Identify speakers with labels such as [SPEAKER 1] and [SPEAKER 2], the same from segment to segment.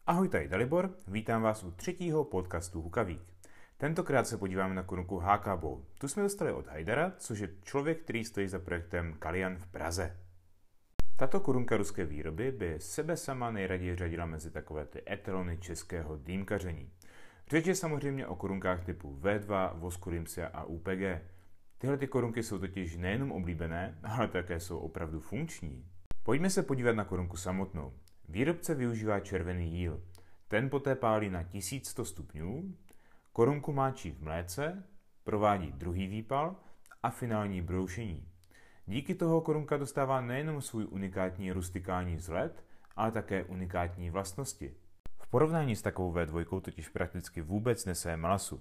[SPEAKER 1] Ahoj, tady Dalibor, vítám vás u třetího podcastu Hukavík. Tentokrát se podíváme na korunku HK Bowl. Tu jsme dostali od Hajdara, což je člověk, který stojí za projektem Kalian v Praze. Tato korunka ruské výroby by sebe sama nejraději řadila mezi takové ty etalony českého dýmkaření. Řeč je samozřejmě o korunkách typu V2, Voskurimsia a UPG. Tyhle ty korunky jsou totiž nejenom oblíbené, ale také jsou opravdu funkční. Pojďme se podívat na korunku samotnou. Výrobce využívá červený jíl. Ten poté pálí na 1100 stupňů, korunku máčí v mléce, provádí druhý výpal a finální broušení. Díky toho korunka dostává nejenom svůj unikátní rustikální vzhled, ale také unikátní vlastnosti. V porovnání s takovou V2 totiž prakticky vůbec nese melasu.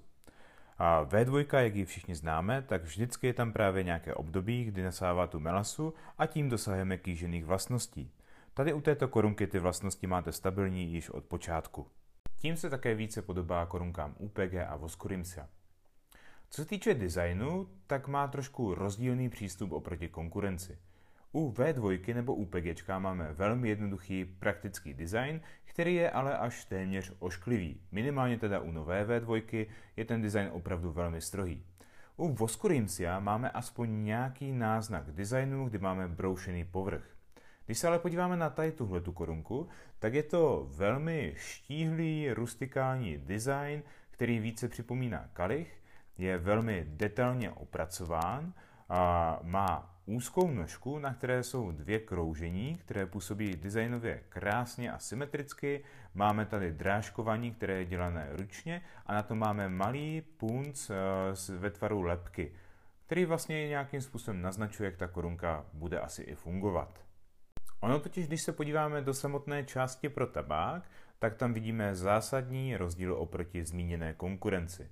[SPEAKER 1] A V2, jak ji všichni známe, tak vždycky je tam právě nějaké období, kdy nasává tu melasu a tím dosahujeme kýžených vlastností. Tady u této korunky ty vlastnosti máte stabilní již od počátku. Tím se také více podobá korunkám UPG a Voskurimsia. Co se týče designu, tak má trošku rozdílný přístup oproti konkurenci. U V2 nebo UPG máme velmi jednoduchý praktický design, který je ale až téměř ošklivý. Minimálně teda u nové V2 je ten design opravdu velmi strohý. U Voskurimsia máme aspoň nějaký náznak designu, kdy máme broušený povrch. Když se ale podíváme na tady tuhletu korunku, tak je to velmi štíhlý, rustikální design, který více připomíná kalich, je velmi detailně opracován a má úzkou nožku, na které jsou dvě kroužení, které působí designově krásně a symetricky. Máme tady drážkování, které je dělané ručně a na to máme malý punc ve tvaru lebky, který vlastně nějakým způsobem naznačuje, jak ta korunka bude asi i fungovat. Ono totiž, když se podíváme do samotné části pro tabák, tak tam vidíme zásadní rozdíl oproti zmíněné konkurenci.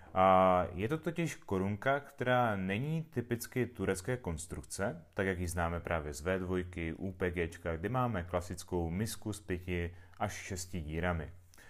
[SPEAKER 1] A je to totiž korunka, která není typicky turecké konstrukce, tak jak ji známe právě z V2, UPG, kde máme klasickou misku s 5 až 6 dírami.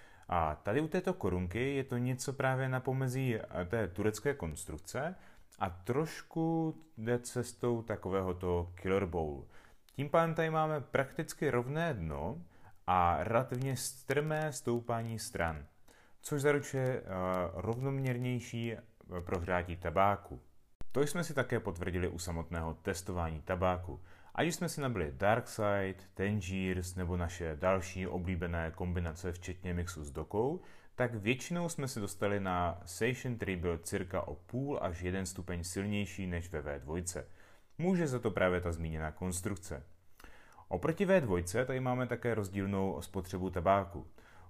[SPEAKER 1] A tady u této korunky je to něco právě na pomezí té turecké konstrukce a trošku jde cestou takovéhoto killer bowl. Tím pádem tady máme prakticky rovné dno a relativně strmé stoupání stran, což zaručuje rovnoměrnější prohřátí tabáku. To jsme si také potvrdili u samotného testování tabáku. Ať jsme si nabili Dark Side, Tangiers nebo naše další oblíbené kombinace včetně mixu s dokou, tak většinou jsme se dostali na session, který byl cirka o půl až 1 stupeň silnější než ve V2. Může za to právě ta zmíněná konstrukce. Oproti V2 tady máme také rozdílnou spotřebu tabáku.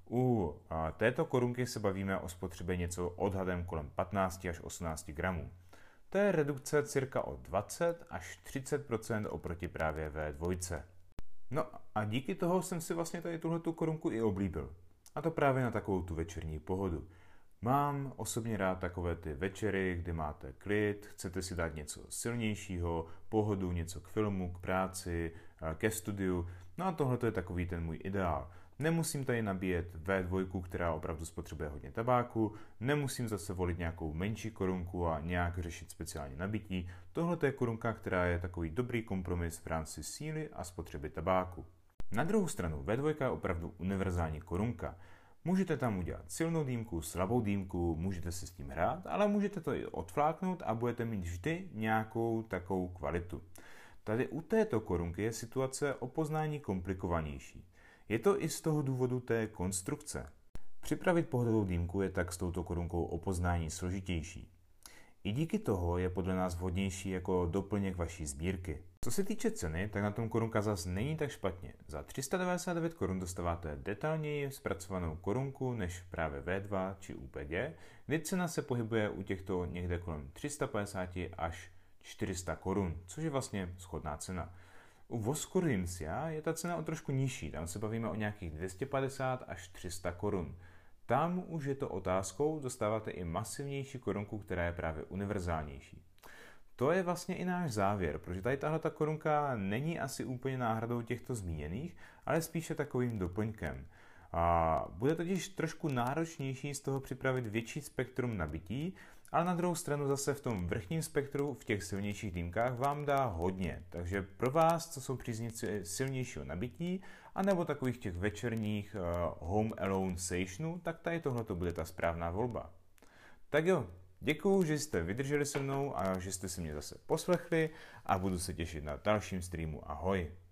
[SPEAKER 1] U této korunky se bavíme o spotřebě něco odhadem kolem 15 až 18 gramů. To je redukce cirka o 20 až 30 % oproti právě V2. No a díky toho jsem si vlastně tady tuhletu korunku i oblíbil. A to právě na takovou tu večerní pohodu. Mám osobně rád takové ty večery, kdy máte klid, chcete si dát něco silnějšího, pohodu, něco k filmu, k práci, ke studiu. No a tohle je takový ten můj ideál. Nemusím tady nabíjet V2, která opravdu spotřebuje hodně tabáku, nemusím zase volit nějakou menší korunku a nějak řešit speciální nabití. Tohle je korunka, která je takový dobrý kompromis v rámci síly a spotřeby tabáku. Na druhou stranu V2 je opravdu univerzální korunka. Můžete tam udělat silnou dýmku, slabou dýmku, můžete si s tím hrát, ale můžete to i odfláknout a budete mít vždy nějakou takovou kvalitu. Tady u této korunky je situace o poznání komplikovanější. Je to i z toho důvodu té konstrukce. Připravit pohodovou dýmku je tak s touto korunkou o poznání složitější. I díky toho je podle nás vhodnější jako doplněk vaší sbírky. Co se týče ceny, tak na tom korunka zas není tak špatně. Za 399 korun dostáváte detailněji zpracovanou korunku než právě V2 či UPG, kdy cena se pohybuje u těchto někde kolem 350 až 400 korun, což je vlastně shodná cena. U Voskurimsia je ta cena o trošku nižší, tam se bavíme o nějakých 250 až 300 korun. Tam už je to otázkou, dostáváte i masivnější korunku, která je právě univerzálnější. To je vlastně i náš závěr, protože tady tahle korunka není asi úplně náhradou těchto zmíněných, ale spíše takovým doplňkem. A bude totiž trošku náročnější z toho připravit větší spektrum nabití, ale na druhou stranu zase v tom vrchním spektru, v těch silnějších dýmkách vám dá hodně. Takže pro vás, co jsou příznivci silnějšího nabití a nebo takových těch večerních Home Alone sessionů, tak tady tohle to bude ta správná volba. Tak jo, děkuju, že jste vydrželi se mnou a že jste si mě zase poslechli a budu se těšit na dalším streamu. Ahoj!